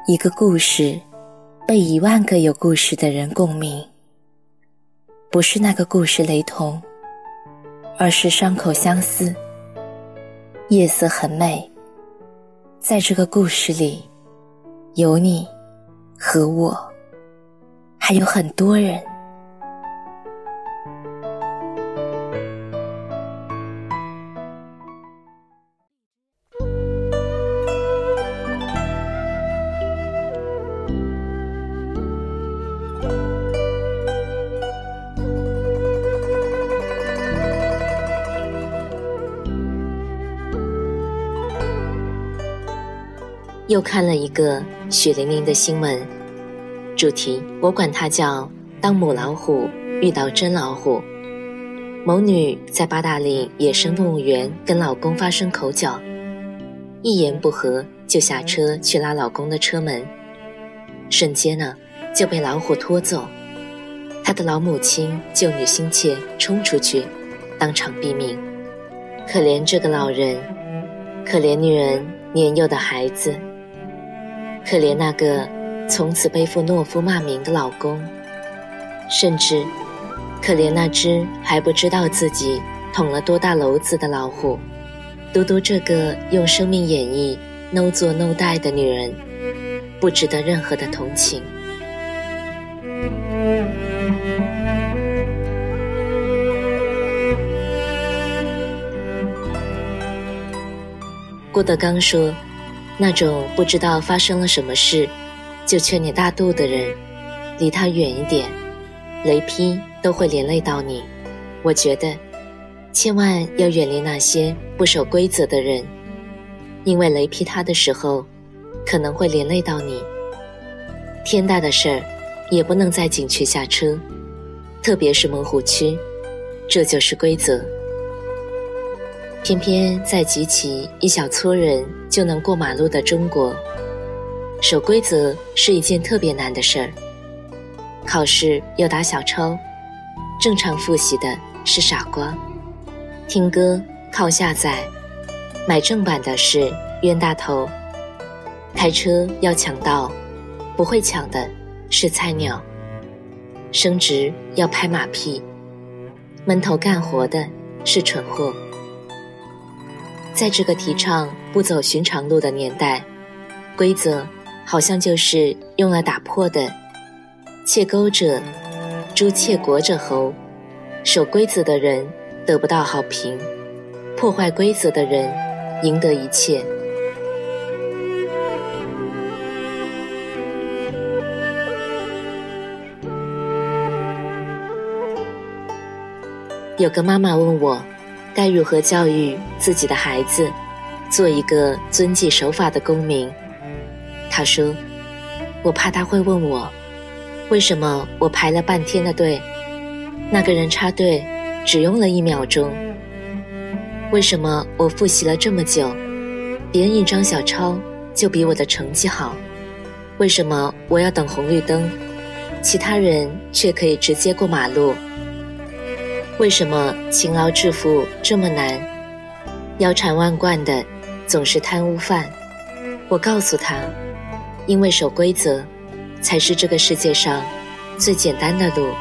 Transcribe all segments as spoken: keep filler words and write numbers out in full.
一个故事被一万个有故事的人共鸣，不是那个故事雷同，而是伤口相似。夜色很美，在这个故事里有你和我，还有很多人。 又看了一个血淋淋的新闻，主题我管它叫当母老虎遇到真老虎。某女在八达岭野生动物园跟老公发生口角，一言不合就下车去拉老公的车门，瞬间呢就被老虎拖走。她的老母亲救女心切冲出去当场毙命。可怜这个老人，可怜女人年幼的孩子，可怜那个从此背负懦夫骂名的老公，甚至可怜那只还不知道自己捅了多大篓子的老虎。独独这个用生命演绎 no 做 no die 的女人，不值得任何的同情。郭德纲说，那种不知道发生了什么事就劝你大度的人，离他远一点，雷劈都会连累到你。我觉得千万要远离那些不守规则的人，因为雷劈他的时候可能会连累到你。天大的事儿也不能在景区下车，特别是猛虎区，这就是规则。偏偏在集齐一小撮人就能过马路的中国，守规则是一件特别难的事儿。考试要打小抄，正常复习的是傻瓜；听歌靠下载，买正版的是冤大头；开车要抢道，不会抢的是菜鸟；升职要拍马屁，闷头干活的是蠢货。在这个提倡不走寻常路的年代，规则好像就是用来打破的。窃钩者诛窃国者侯，守规则的人得不到好评，破坏规则的人赢得一切。有个妈妈问我，该如何教育自己的孩子做一个遵纪守法的公民。她说，我怕他会问我，为什么我排了半天的队，那个人插队只用了一秒钟？为什么我复习了这么久，别人一张小抄就比我的成绩好？为什么我要等红绿灯，其他人却可以直接过马路？为什么勤劳致富这么难？腰缠万贯的总是贪污犯。我告诉他，因为守规则才是这个世界上最简单的路。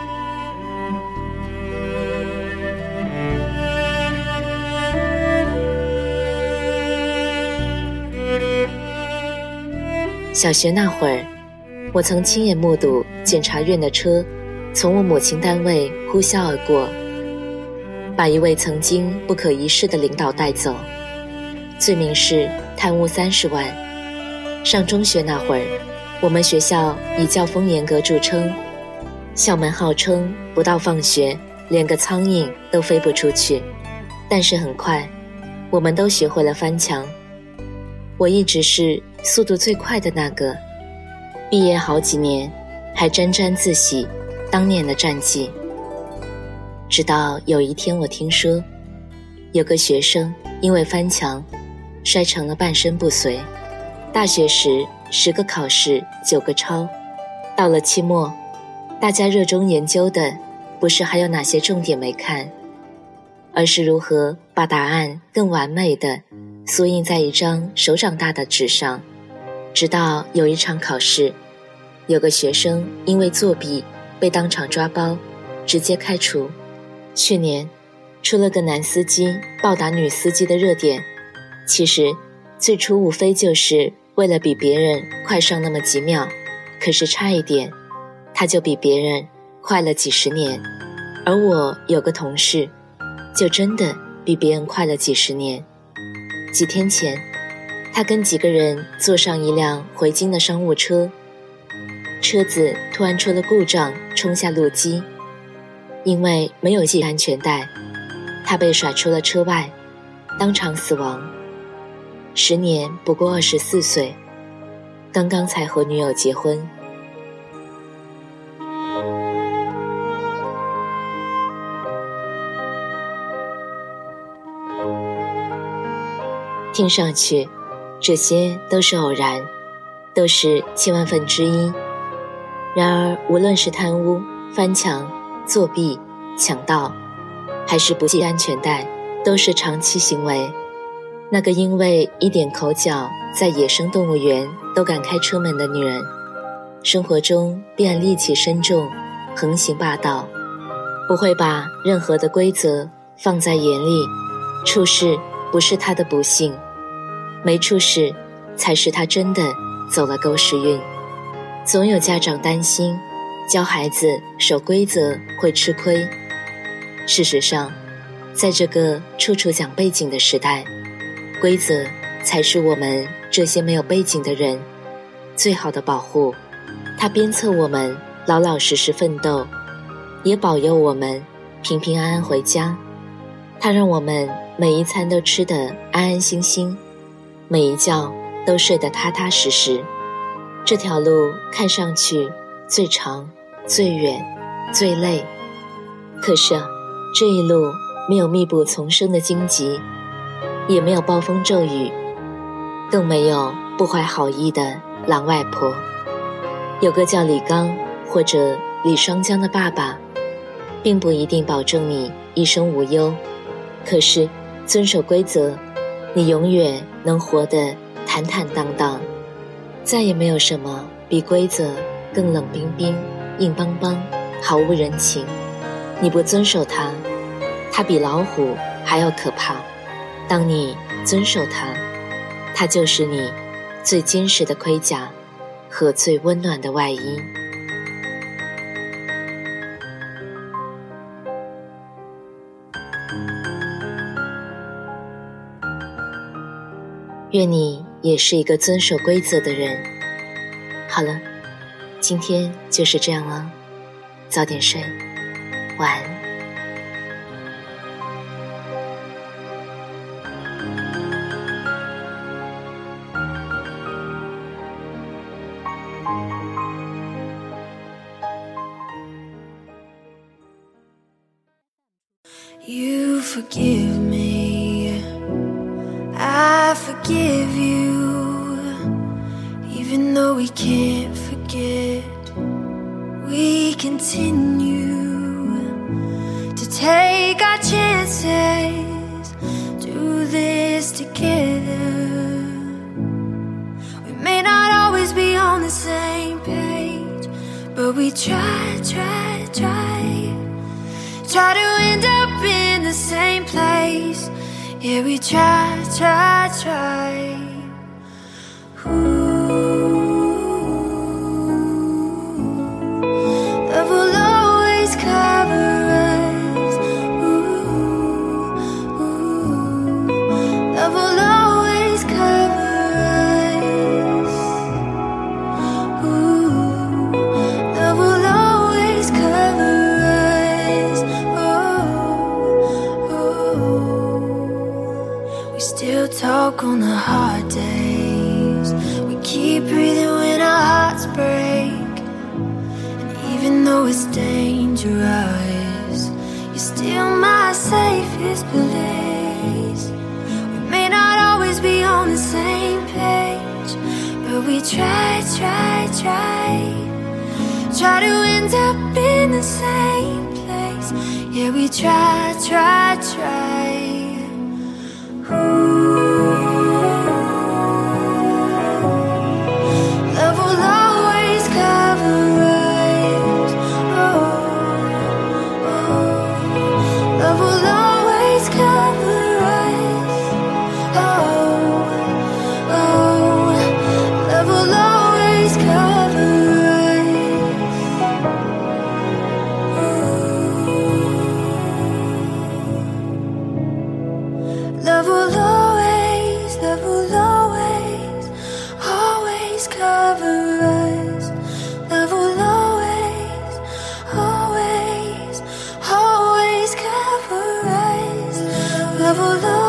小学那会儿，我曾亲眼目睹检察院的车从我母亲单位呼啸而过，把一位曾经不可一世的领导带走，罪名是贪污三十万。上中学那会儿，我们学校以教风严格著称，校门号称不到放学连个苍蝇都飞不出去。但是很快我们都学会了翻墙，我一直是速度最快的那个，毕业好几年还沾沾自喜当年的战绩。直到有一天我听说，有个学生因为翻墙摔成了半身不遂。大学时十个考试九个抄，到了期末，大家热衷研究的不是还有哪些重点没看，而是如何把答案更完美地缩印在一张手掌大的纸上， 直到有一场考试，有个学生因为作弊被当场抓包，直接开除。去年出了个男司机暴打女司机的热点，其实最初无非就是为了比别人快上那么几秒，可是差一点他就比别人快了几十年。而我有个同事就真的比别人快了几十年。几天前他跟几个人坐上一辆回京的商务车，车子突然出了故障，冲下路基，因为没有系安全带，他被甩出了车外，当场死亡。时年不过二十四岁，刚刚才和女友结婚。听上去这些都是偶然，都是千万分之一。然而无论是贪污、翻墙、作弊、抢盗，还是不系安全带，都是长期行为。那个因为一点口角在野生动物园都敢开车门的女人，生活中便戾气深重，横行霸道，不会把任何的规则放在眼里，出事不是她的不幸，没出事才是她真的走了狗屎运。总有家长担心教孩子守规则会吃亏，事实上在这个处处讲背景的时代，规则才是我们这些没有背景的人最好的保护。它鞭策我们老老实实奋斗，也保佑我们平平安安回家。它让我们每一餐都吃得安安心心，每一觉都睡得踏踏实实。这条路看上去最长、最远、最累，可是啊，这一路没有密不丛生的荆棘，也没有暴风骤雨，更没有不怀好意的狼外婆。有个叫李刚或者李双江的爸爸，并不一定保证你一生无忧，可是遵守规则，你永远能活得坦坦荡荡。再也没有什么比规则更冷冰冰、硬邦邦、毫无人情。你不遵守它，它比老虎还要可怕。当你遵守它，它就是你最坚实的盔甲和最温暖的外衣。愿你也是一个遵守规则的人。好了，今天就是这样了，早点睡，晚安。 You forgive me, I forgive you. Even though we can't forget, we continue to take our chances, do this together. We may not always be on the same page, but we try, try, try Try to end up in the same place. Yeah, we try, try, try. Ooh, love will always cover us. Ooh, ooh, love will always cover us. Ooh, love will always cover us. We still talk on the hard days. We keep breathing when our hearts break. And even though it's dangerous, you're still my safest place. We may not always be on the same page, but we try, try, try Try to end up in the same place. Yeah, we try, try, try. Ooh, level up